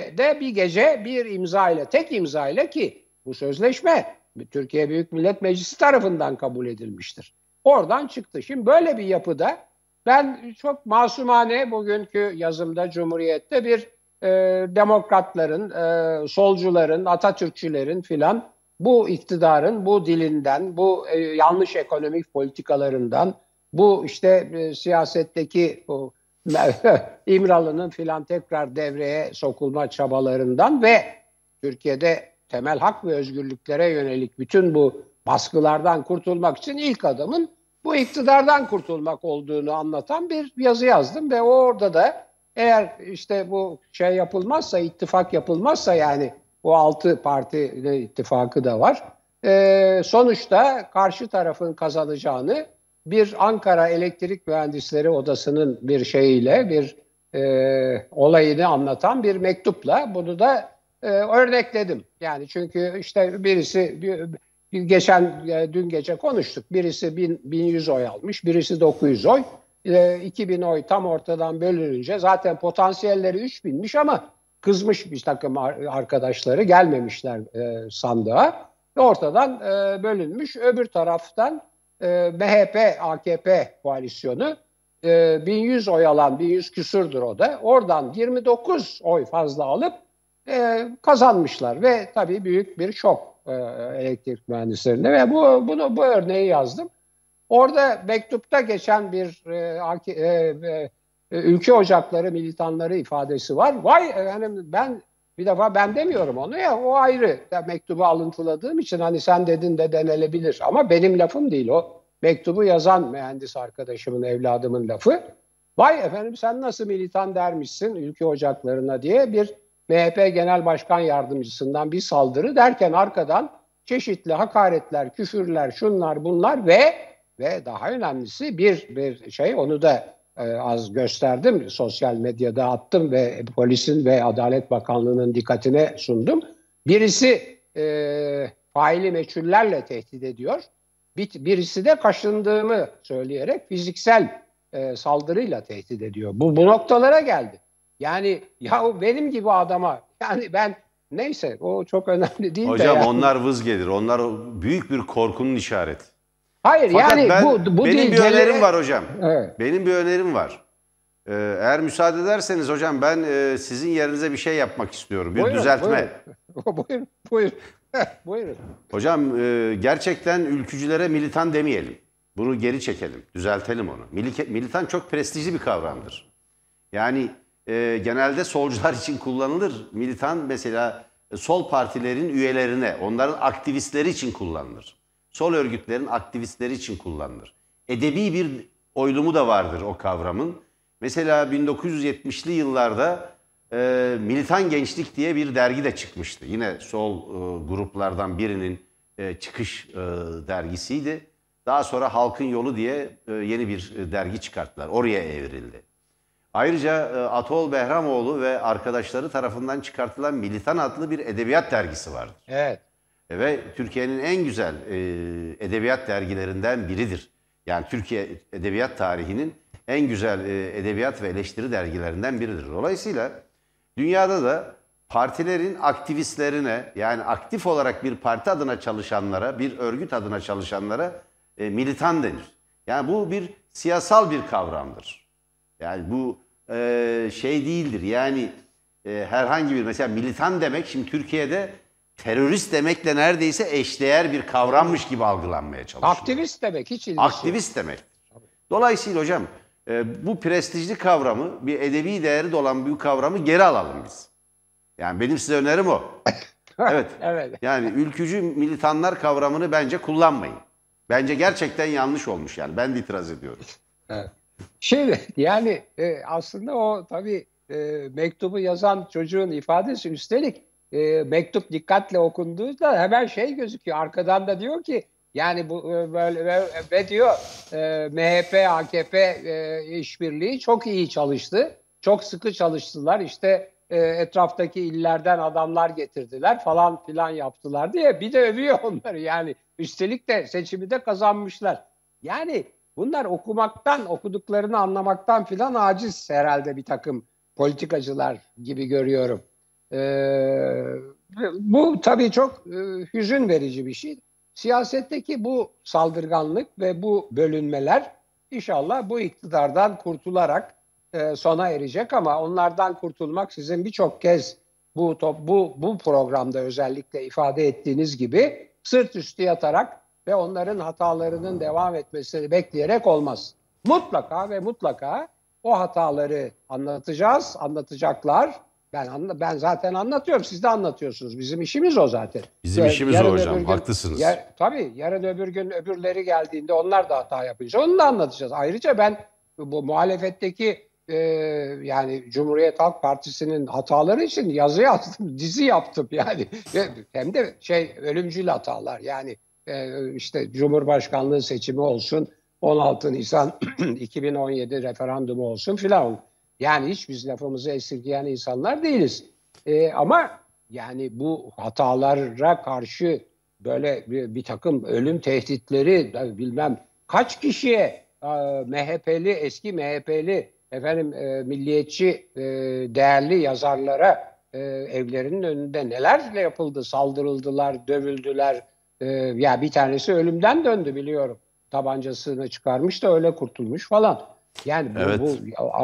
gece bir imza ile, tek imza ile, ki bu sözleşme Türkiye Büyük Millet Meclisi tarafından kabul edilmiştir. Oradan çıktı. Şimdi böyle bir yapıda ben çok masumane bugünkü yazımda Cumhuriyet'te bir demokratların, solcuların, Atatürkçülerin filan bu iktidarın bu dilinden, bu yanlış ekonomik politikalarından, bu işte siyasetteki o, İmralı'nın filan tekrar devreye sokulma çabalarından ve Türkiye'de temel hak ve özgürlüklere yönelik bütün bu baskılardan kurtulmak için ilk adımın bu iktidardan kurtulmak olduğunu anlatan bir yazı yazdım ve orada da eğer işte bu şey yapılmazsa, ittifak yapılmazsa, yani o 6 parti ittifakı da var, sonuçta karşı tarafın kazanacağını bir Ankara Elektrik Mühendisleri Odası'nın bir şeyiyle, bir olayını anlatan bir mektupla bunu da örnekledim. Yani çünkü işte birisi dün gece konuştuk. Birisi 1100 oy almış, birisi 900 oy. 2000 oy tam ortadan bölününce zaten potansiyelleri 3000'miş ama kızmış bir takım arkadaşları, gelmemişler sandığa. Ortadan bölünmüş. Öbür taraftan MHP-AKP koalisyonu 1100 oy alan, 1100 küsurdur o da. Oradan 29 oy fazla alıp kazanmışlar ve tabii büyük bir şok elektrik mühendislerine ve bu örneği yazdım. Orada mektupta geçen bir ülke ocakları militanları ifadesi var. Vay efendim, ben demiyorum onu ya, o ayrı. Mektubu alıntıladığım için hani sen dedin de denilebilir ama benim lafım değil o. Mektubu yazan mühendis arkadaşımın, evladımın lafı. Vay efendim, sen nasıl militan dermişsin ülke ocaklarına diye bir MHP Genel Başkan Yardımcısından bir saldırı derken arkadan çeşitli hakaretler, küfürler, şunlar bunlar ve daha önemlisi bir şey, onu da az gösterdim, sosyal medyada attım ve polisin ve Adalet Bakanlığı'nın dikkatine sundum. Birisi faili meçhullerle tehdit ediyor. Birisi de kaşındığımı söyleyerek fiziksel saldırıyla tehdit ediyor. Bu noktalara geldi. Yani ya benim gibi adama, yani ben, neyse o çok önemli değil. Hocam yani. onlar vız gelir. Onlar büyük bir korkunun işareti. Hayır, Fakat yani bu benim bir önerim var hocam. Evet. Benim bir önerim var. Eğer müsaade ederseniz hocam, ben sizin yerinize bir şey yapmak istiyorum. Bir Buyurun, düzeltme. Buyurun. Buyurun. Hocam gerçekten ülkücülere militan demeyelim. Bunu geri çekelim, düzeltelim onu. Militan çok prestijli bir kavramdır. Yani genelde solcular için kullanılır. Militan mesela sol partilerin üyelerine, onların aktivistleri için kullanılır. Sol örgütlerin aktivistleri için kullanılır. Edebi bir oylumu da vardır o kavramın. Mesela 1970'li yıllarda Militan Gençlik diye bir dergi de çıkmıştı. Yine sol gruplardan birinin çıkış dergisiydi. Daha sonra Halkın Yolu diye yeni bir dergi çıkarttılar. Oraya evrildi. Ayrıca Atol Behramoğlu ve arkadaşları tarafından çıkartılan Militan adlı bir edebiyat dergisi vardır. Evet. Ve Türkiye'nin en güzel edebiyat dergilerinden biridir. Yani Türkiye edebiyat tarihinin en güzel edebiyat ve eleştiri dergilerinden biridir. Dolayısıyla dünyada da partilerin aktivistlerine, yani aktif olarak bir parti adına çalışanlara, bir örgüt adına çalışanlara militan denir. Yani bu bir siyasal bir kavramdır. Yani bu şey değildir. Yani herhangi bir, mesela militan demek şimdi Türkiye'de terörist demekle neredeyse eşdeğer bir kavrammış gibi algılanmaya çalışıyor. Aktivist demek, hiç ilgisi Aktivist demek. Dolayısıyla hocam bu prestijli kavramı, bir edebi değeri olan bu kavramı geri alalım biz. Yani benim size önerim o. Evet. Evet. Yani ülkücü militanlar kavramını bence kullanmayın. Bence gerçekten yanlış olmuş yani. Ben de itiraz ediyorum. Evet. Şimdi yani aslında o tabii mektubu yazan çocuğun ifadesi, üstelik mektup dikkatle okunduğunda hemen şey gözüküyor. Arkadan da diyor ki yani bu böyle ve diyor MHP AKP işbirliği çok iyi çalıştı. Çok sıkı çalıştılar. İşte etraftaki illerden adamlar getirdiler falan filan yaptılar diye bir de övüyor onları. Yani üstelik de seçimi de kazanmışlar. Yani bunlar okumaktan, okuduklarını anlamaktan filan aciz herhalde bir takım politikacılar gibi görüyorum. Bu tabii çok hüzün verici bir şey. Siyasetteki bu saldırganlık ve bu bölünmeler inşallah bu iktidardan kurtularak sona erecek, ama onlardan kurtulmak sizin birçok kez bu programda özellikle ifade ettiğiniz gibi sırt üstü yatarak ve onların hatalarının devam etmesini bekleyerek olmaz. Mutlaka ve mutlaka o hataları anlatacağız, anlatacaklar. Ben zaten anlatıyorum, siz de anlatıyorsunuz. Bizim işimiz o zaten. Bizim işimiz o hocam, haklısınız. Tabii yarın öbür gün öbürleri geldiğinde onlar da hata yapınca onu da anlatacağız. Ayrıca ben bu muhalefetteki yani Cumhuriyet Halk Partisi'nin hataları için yazı yazdım, dizi yaptım yani. Hem de ölümcül hatalar yani. İşte Cumhurbaşkanlığı seçimi olsun, 16 Nisan 2017 referandumu olsun filan. Yani hiç biz lafımızı esirgeyen insanlar değiliz. Ama yani bu hatalara karşı böyle bir takım ölüm tehditleri, bilmem kaç kişiye MHP'li, eski MHP'li milliyetçi değerli yazarlara evlerinin önünde nelerle yapıldı, saldırıldılar, dövüldüler. Ya bir tanesi ölümden döndü biliyorum. Tabancasını çıkarmış da öyle kurtulmuş falan. Yani Evet. bu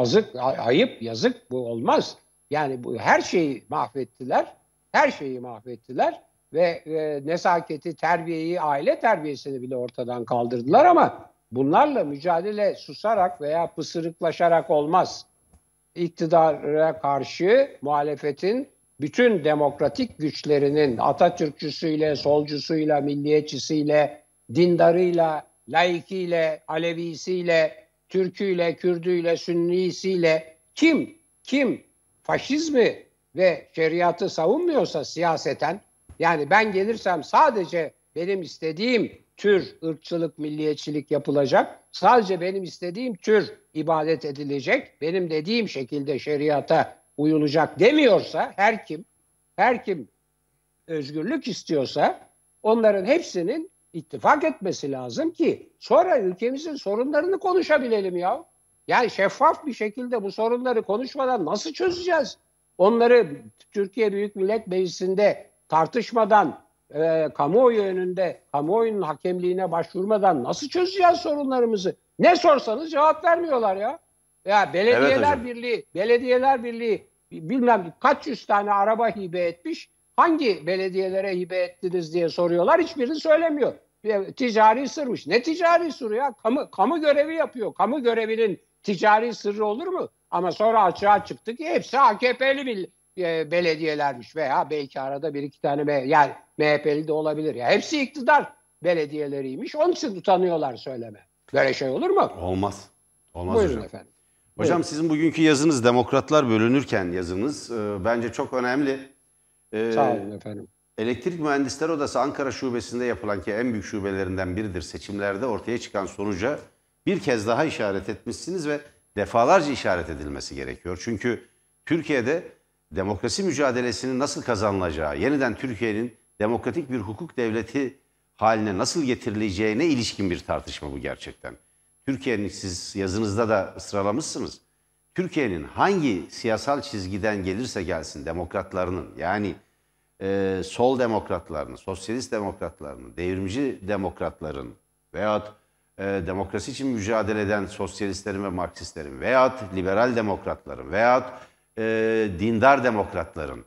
ayıp, yazık, bu olmaz. Yani bu her şeyi mahvettiler. Her şeyi mahvettiler ve nesaketi, terbiyeyi, aile terbiyesini bile ortadan kaldırdılar, ama bunlarla mücadele susarak veya pısırıklaşarak olmaz. İktidara karşı muhalefetin bütün demokratik güçlerinin Atatürkçüsüyle, solcusuyla, milliyetçisiyle, dindarıyla, laikiyle, Alevisiyle, Türküyle, Kürdüyle, Sünnisiyle kim faşizmi ve şeriatı savunmuyorsa siyaseten, yani ben gelirsem sadece benim istediğim tür ırkçılık, milliyetçilik yapılacak, sadece benim istediğim tür ibadet edilecek, benim dediğim şekilde şeriata uyulacak demiyorsa her kim özgürlük istiyorsa onların hepsinin ittifak etmesi lazım ki sonra ülkemizin sorunlarını konuşabilelim ya. Yani şeffaf bir şekilde bu sorunları konuşmadan nasıl çözeceğiz? Onları Türkiye Büyük Millet Meclisi'nde tartışmadan, kamuoyu önünde, kamuoyunun hakemliğine başvurmadan nasıl çözeceğiz sorunlarımızı? Ne sorsanız cevap vermiyorlar ya. Ya Belediyeler Birliği bilmem kaç yüz tane araba hibe etmiş. Hangi belediyelere hibe ettiniz diye soruyorlar. Hiçbirini söylemiyor. Ticari sırmış. Ne ticari sırrı ya? Kamu görevi yapıyor. Kamu görevinin ticari sırrı olur mu? Ama sonra açığa çıktı ki hepsi AKP'li belediyelermiş veya belki arada bir iki tane yani MHP'li de olabilir. Ya hepsi iktidar belediyeleriymiş. Onun için utanıyorlar söyleme. Böyle şey olur mu? Olmaz. Olmaz Buyurun hocam. efendim. Hocam Buyurun. sizin bugünkü yazınız, Demokratlar Bölünürken yazınız bence çok önemli. Sağ olun efendim. Elektrik Mühendisleri Odası Ankara Şubesi'nde yapılan, ki en büyük şubelerinden biridir, seçimlerde ortaya çıkan sonuca bir kez daha işaret etmişsiniz ve defalarca işaret edilmesi gerekiyor. Çünkü Türkiye'de demokrasi mücadelesinin nasıl kazanılacağı, yeniden Türkiye'nin demokratik bir hukuk devleti haline nasıl getirileceğine ilişkin bir tartışma bu gerçekten. Türkiye'nin, siz yazınızda da sıralamışsınız, Türkiye'nin hangi siyasal çizgiden gelirse gelsin demokratlarının, yani sol demokratlarının, sosyalist demokratlarının, devrimci demokratların veyahut demokrasi için mücadele eden sosyalistlerin ve Marksistlerin veyahut liberal demokratların veyahut dindar demokratların,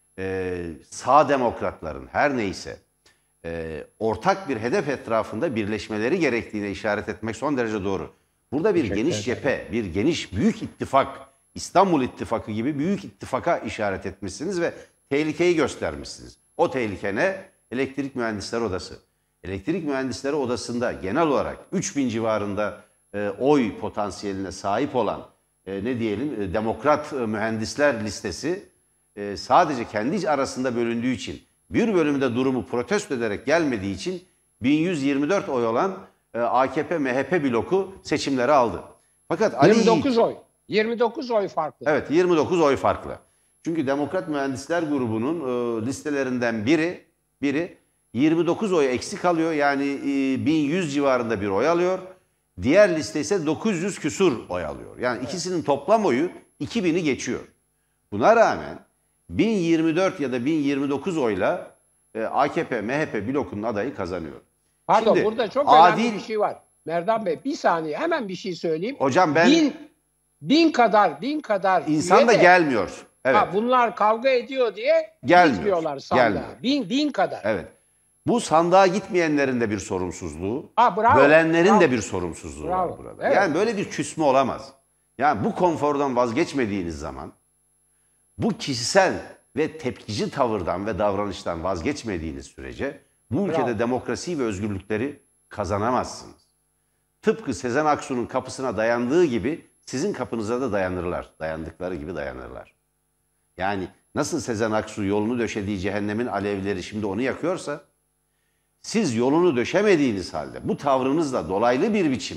sağ demokratların, her neyse ortak bir hedef etrafında birleşmeleri gerektiğine işaret etmek son derece doğru. Burada bir geniş cephe, bir geniş büyük ittifak, İstanbul İttifakı gibi büyük ittifaka işaret etmişsiniz ve tehlikeyi göstermişsiniz. O tehlike ne? Elektrik Mühendisleri Odası. Elektrik Mühendisleri Odası'nda genel olarak 3000 civarında oy potansiyeline sahip olan ne diyelim demokrat mühendisler listesi sadece kendi arasında bölündüğü için, bir bölümde durumu protesto ederek gelmediği için 1124 oy olan AKP-MHP bloku seçimleri aldı. Fakat 29 oy. 29 oy farklı. Evet, 29 oy farklı. Çünkü Demokrat Mühendisler grubunun listelerinden biri 29 oy eksik alıyor. Yani 1100 civarında bir oy alıyor. Diğer liste ise 900 küsur oy alıyor. Yani ikisinin toplam oyu 2000'i geçiyor. Buna rağmen 1024 ya da 1029 oyla AKP, MHP blokunun adayı kazanıyor. Pardon, Şimdi, çok önemli bir şey var. Merdan Bey, bir saniye hemen bir şey söyleyeyim. Hocam ben... Bin kadar insan da gelmiyor. Evet. Bunlar kavga ediyor diye gitmiyorlar sandığa. Gelmiyor. Bin kadar. Evet. Bu sandığa gitmeyenlerin de bir sorumsuzluğu, bravo, bölenlerin de bir sorumsuzluğu var burada. Evet. Yani böyle bir küsme olamaz. Yani bu konfordan vazgeçmediğiniz zaman, bu kişisel ve tepkici tavırdan ve davranıştan vazgeçmediğiniz sürece bu ülkede demokrasiyi ve özgürlükleri kazanamazsınız. Tıpkı Sezen Aksu'nun kapısına dayandığı gibi sizin kapınıza da dayanırlar. Dayandıkları gibi dayanırlar. Yani nasıl Sezen Aksu yolunu döşediği cehennemin alevleri şimdi onu yakıyorsa, siz yolunu döşemediğiniz halde bu tavrınızla dolaylı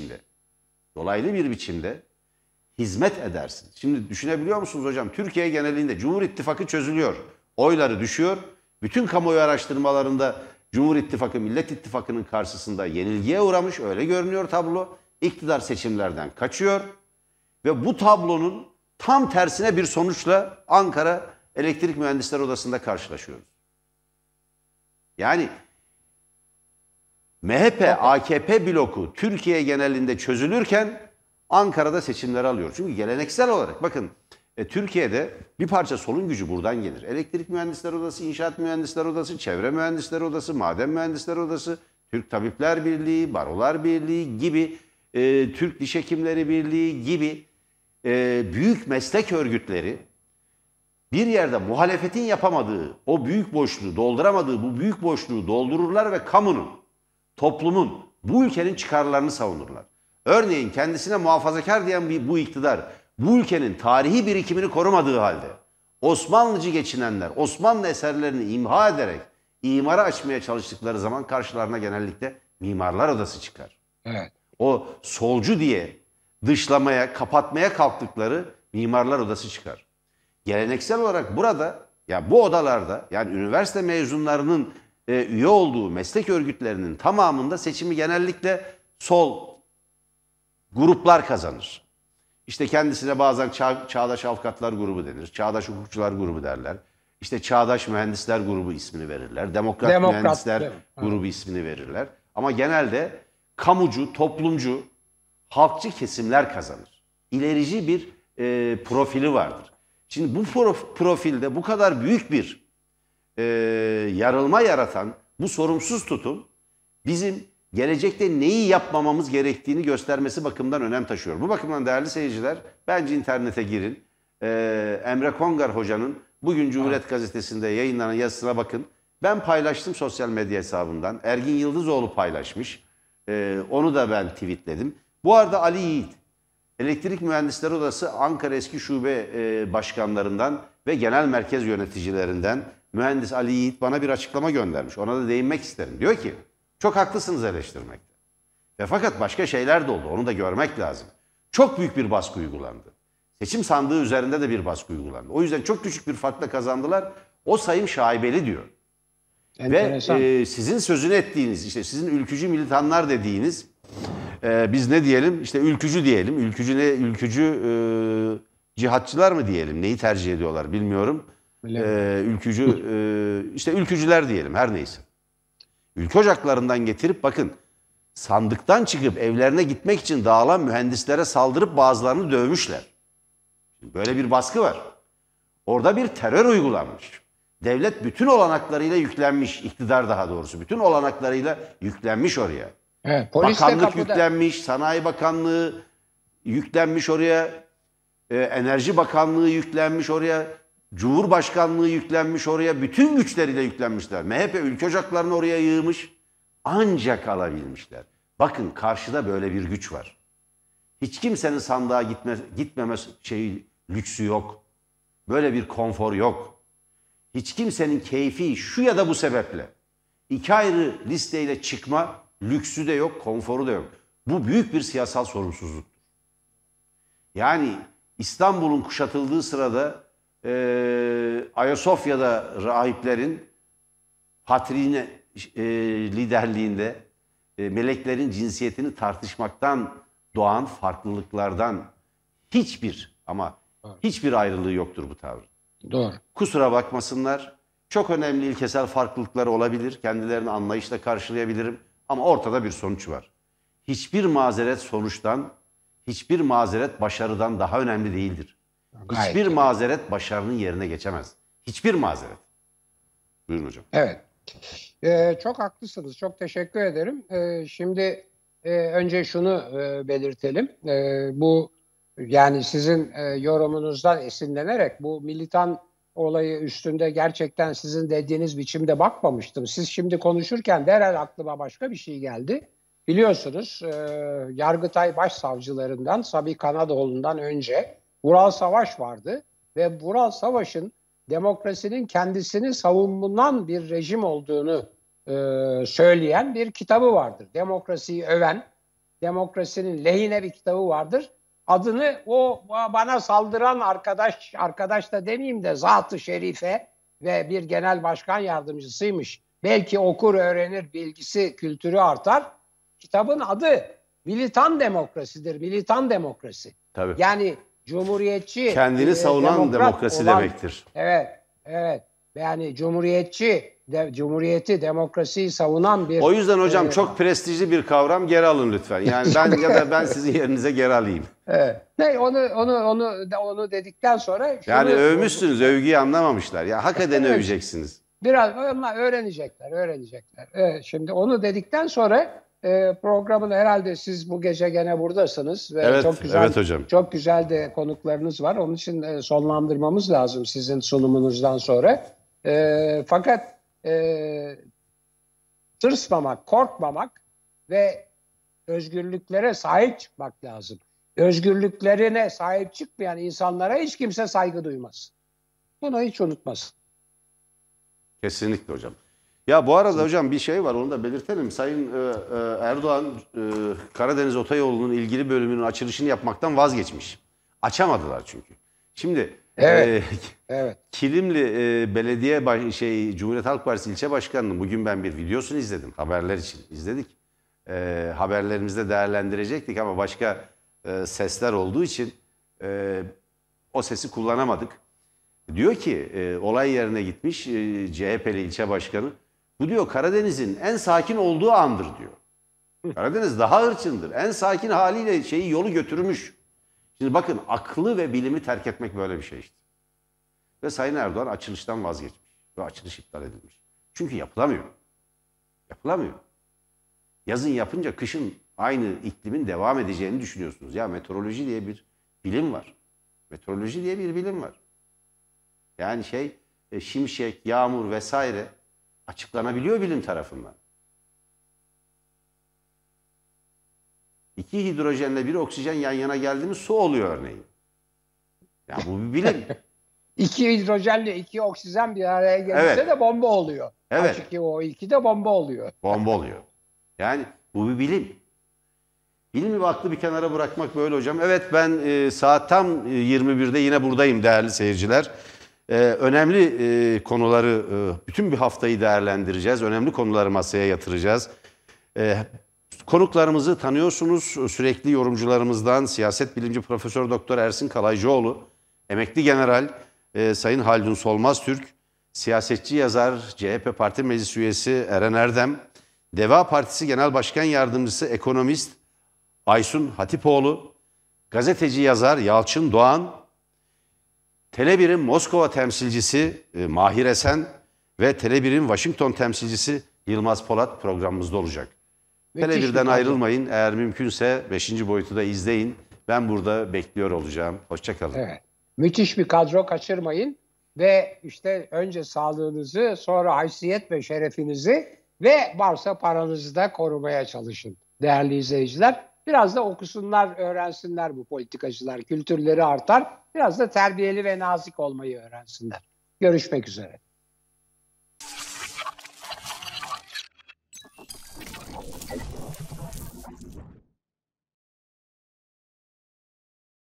bir biçimde hizmet edersiniz. Şimdi düşünebiliyor musunuz hocam? Türkiye genelinde Cumhur İttifakı çözülüyor. Oyları düşüyor. Bütün kamuoyu araştırmalarında Cumhur İttifakı, Millet İttifakı'nın karşısında yenilgiye uğramış. Öyle görünüyor tablo. İktidar seçimlerden kaçıyor. Ve bu tablonun tam tersine bir sonuçla Ankara Elektrik Mühendisleri Odası'nda karşılaşıyoruz. Yani MHP, AKP bloku Türkiye genelinde çözülürken Ankara'da seçimleri alıyor. Çünkü geleneksel olarak bakın Türkiye'de bir parça solun gücü buradan gelir. Elektrik Mühendisleri Odası, İnşaat Mühendisleri Odası, Çevre Mühendisleri Odası, Maden Mühendisleri Odası, Türk Tabipler Birliği, Barolar Birliği gibi, Türk Diş Hekimleri Birliği gibi büyük meslek örgütleri bir yerde muhalefetin yapamadığı, o büyük boşluğu dolduramadığı bu büyük boşluğu doldururlar ve kamunun, toplumun, bu ülkenin çıkarlarını savunurlar. Örneğin kendisine muhafazakar diyen bu iktidar, bu ülkenin tarihi birikimini korumadığı halde Osmanlıcı geçinenler, Osmanlı eserlerini imha ederek imara açmaya çalıştıkları zaman karşılarına genellikle Mimarlar Odası çıkar. Evet. O solcu diye dışlamaya, kapatmaya kalktıkları Mimarlar Odası çıkar. Geleneksel olarak burada, ya bu odalarda, yani üniversite mezunlarının üye olduğu meslek örgütlerinin tamamında seçimi genellikle sol gruplar kazanır. İşte kendisine bazen Çağdaş Avukatlar Grubu denir, Çağdaş Hukukçular Grubu derler. İşte Çağdaş Mühendisler Grubu ismini verirler, Demokrat Mühendisler Grubu ismini verirler. Ama genelde kamucu, toplumcu, halkçı kesimler kazanır. İlerici bir profili vardır. Şimdi bu profilde bu kadar büyük bir yarılma yaratan bu sorumsuz tutum bizim gelecekte neyi yapmamamız gerektiğini göstermesi bakımından önem taşıyor. Bu bakımdan değerli seyirciler, bence internete girin. Emre Kongar Hoca'nın bugün Cumhuriyet Gazetesi'nde yayınlanan yazısına bakın. Ben paylaştım sosyal medya hesabından. Ergin Yıldızoğlu paylaşmış. Onu da ben tweetledim. Bu arada Ali Yiğit, Elektrik Mühendisleri Odası Ankara Eski Şube Başkanlarından ve Genel Merkez Yöneticilerinden Mühendis Ali Yiğit bana bir açıklama göndermiş. Ona da değinmek isterim. Diyor ki, çok haklısınız eleştirmekte. Ve fakat başka şeyler de oldu. Onu da görmek lazım. Çok büyük bir baskı uygulandı. Seçim sandığı üzerinde de bir baskı uygulandı. O yüzden çok küçük bir farkla kazandılar. O sayım şaibeli diyor. Enteresan. Ve sizin sözünü ettiğiniz, işte sizin ülkücü militanlar dediğiniz, biz ne diyelim? İşte ülkücü diyelim. Ülkücü ne? Ülkücü cihatçılar mı diyelim? Neyi tercih ediyorlar bilmiyorum. Ülkücü, işte ülkücüler diyelim, her neyse. Ülke ocaklarından getirip bakın, sandıktan çıkıp evlerine gitmek için dağılan mühendislere saldırıp bazılarını dövmüşler. Böyle bir baskı var. Orada bir terör uygulanmış. Devlet bütün olanaklarıyla yüklenmiş, iktidar daha doğrusu bütün olanaklarıyla yüklenmiş oraya. Evet, polis de Bakanlık kapıda. yüklenmiş, Sanayi Bakanlığı yüklenmiş oraya, Enerji Bakanlığı yüklenmiş oraya, Cumhurbaşkanlığı yüklenmiş oraya, bütün güçleriyle yüklenmişler. MHP ülke ocaklarını oraya yığmış, ancak alabilmişler. Bakın karşıda böyle bir güç var. Hiç kimsenin sandığa gitmeme lüksü yok. Böyle bir konfor yok. Hiç kimsenin keyfi şu ya da bu sebeple 2 ayrı listeyle çıkma lüksü de yok, konforu da yok. Bu büyük bir siyasal sorumsuzluktur. Yani İstanbul'un kuşatıldığı sırada Ayasofya'da rahiplerin patrine liderliğinde meleklerin cinsiyetini tartışmaktan doğan farklılıklardan hiçbir ayrılığı yoktur bu tavrın. Doğru. Kusura bakmasınlar. Çok önemli ilkesel farklılıkları olabilir. Kendilerini anlayışla karşılayabilirim. Ama ortada bir sonuç var. Hiçbir mazeret sonuçtan, hiçbir mazeret başarıdan daha önemli değildir. Hiçbir mazeret başarının yerine geçemez. Hiçbir mazeret. Buyurun hocam. Evet. Çok haklısınız. Çok teşekkür ederim. Şimdi önce şunu belirtelim. Bu yani sizin yorumunuzdan esinlenerek bu militan olayı üstünde gerçekten sizin dediğiniz biçimde bakmamıştım. Siz şimdi konuşurken derhal aklıma başka bir şey geldi. Biliyorsunuz Yargıtay Başsavcılarından Sabi Kanadoğlu'ndan önce Vural Savaş vardı ve Vural Savaş'ın demokrasinin kendisini savunan bir rejim olduğunu söyleyen bir kitabı vardır. Demokrasiyi öven, demokrasinin lehine bir kitabı vardır. Adını o bana saldıran arkadaş da demeyeyim de Zat-ı Şerife ve bir genel başkan yardımcısıymış. Belki okur, öğrenir, bilgisi, kültürü artar. Kitabın adı Militan Demokrasidir. Militan demokrasi. Tabii. Yani cumhuriyetçi, kendini savunan demokrasi olan, demektir. Evet. Yani cumhuriyeti, demokrasiyi savunan bir... O yüzden hocam çok prestijli bir kavram, geri alın lütfen. Yani ben sizin yerinize geri alayım. Evet. Onu dedikten sonra yani övmüşsünüz, övgüyü anlamamışlar. Ya hakikaten evet, öveceksiniz. Biraz onlar öğrenecekler. Evet, şimdi onu dedikten sonra programın herhalde siz bu gece gene buradasınız ve Evet, çok güzel, evet hocam. Çok güzel de konuklarınız var. Onun için sonlandırmamız lazım sizin sunumunuzdan sonra. Fakat tırsmamak, korkmamak ve özgürlüklere sahip çıkmak lazım. Özgürlüklerine sahip çıkmayan insanlara hiç kimse saygı duymaz. Bunu hiç unutmasın. Kesinlikle hocam. Ya bu arada hocam bir şey var, onu da belirtelim. Sayın Erdoğan Karadeniz Otoyolu'nun ilgili bölümünün açılışını yapmaktan vazgeçmiş. Açamadılar çünkü. Şimdi evet. Kilimli Belediye Cumhuriyet Halk Partisi ilçe başkanının bugün ben bir videosunu izledim. Haberler için izledik. Haberlerimizde değerlendirecektik ama başka sesler olduğu için o sesi kullanamadık. Diyor ki olay yerine gitmiş CHP'li ilçe başkanı. Bu diyor Karadeniz'in en sakin olduğu andır diyor. Karadeniz daha hırçındır. En sakin haliyle yolu götürmüş. Şimdi bakın, aklı ve bilimi terk etmek böyle bir şey işte. Ve Sayın Erdoğan açılıştan vazgeçmiş. Ve açılış iptal edilmiş. Çünkü yapılamıyor. Yapılamıyor. Yazın yapınca kışın aynı iklimin devam edeceğini düşünüyorsunuz. Ya meteoroloji diye bir bilim var. Meteoroloji diye bir bilim var. Yani şimşek, yağmur vesaire açıklanabiliyor bilim tarafından. 2 hidrojenle 1 oksijen yan yana geldi mi su oluyor örneğin. Ya bu bir bilim. 2 hidrojenle 2 oksijen bir araya gelirse de bomba oluyor. Evet. H2O2 de bomba oluyor. Bomba oluyor. Yani bu bir bilim. Bilimi ve aklı bir kenara bırakmak böyle hocam. Evet, ben saat tam 21'de yine buradayım değerli seyirciler. Önemli konuları, bütün bir haftayı değerlendireceğiz. Önemli konuları masaya yatıracağız. Konuklarımızı tanıyorsunuz. Sürekli yorumcularımızdan siyaset bilimci Profesör Doktor Ersin Kalaycıoğlu, emekli general Sayın Haldun Solmaz Türk, siyasetçi yazar CHP Parti Meclis Üyesi Eren Erdem, Deva Partisi Genel Başkan Yardımcısı ekonomist Aysun Hatipoğlu, gazeteci yazar Yalçın Doğan, Tele1'in Moskova temsilcisi Mahir Esen ve Tele1'in Washington temsilcisi Yılmaz Polat programımızda olacak. Tele1'den ayrılmayın. Eğer mümkünse 5. boyutu da izleyin. Ben burada bekliyor olacağım. Hoşça kalın. Evet. Müthiş bir kadro, kaçırmayın. Ve işte önce sağlığınızı, sonra haysiyet ve şerefinizi ve varsa paranızı da korumaya çalışın değerli izleyiciler. Biraz da okusunlar, öğrensinler bu politikacılar. Kültürleri artar. Biraz da terbiyeli ve nazik olmayı öğrensinler. Görüşmek üzere.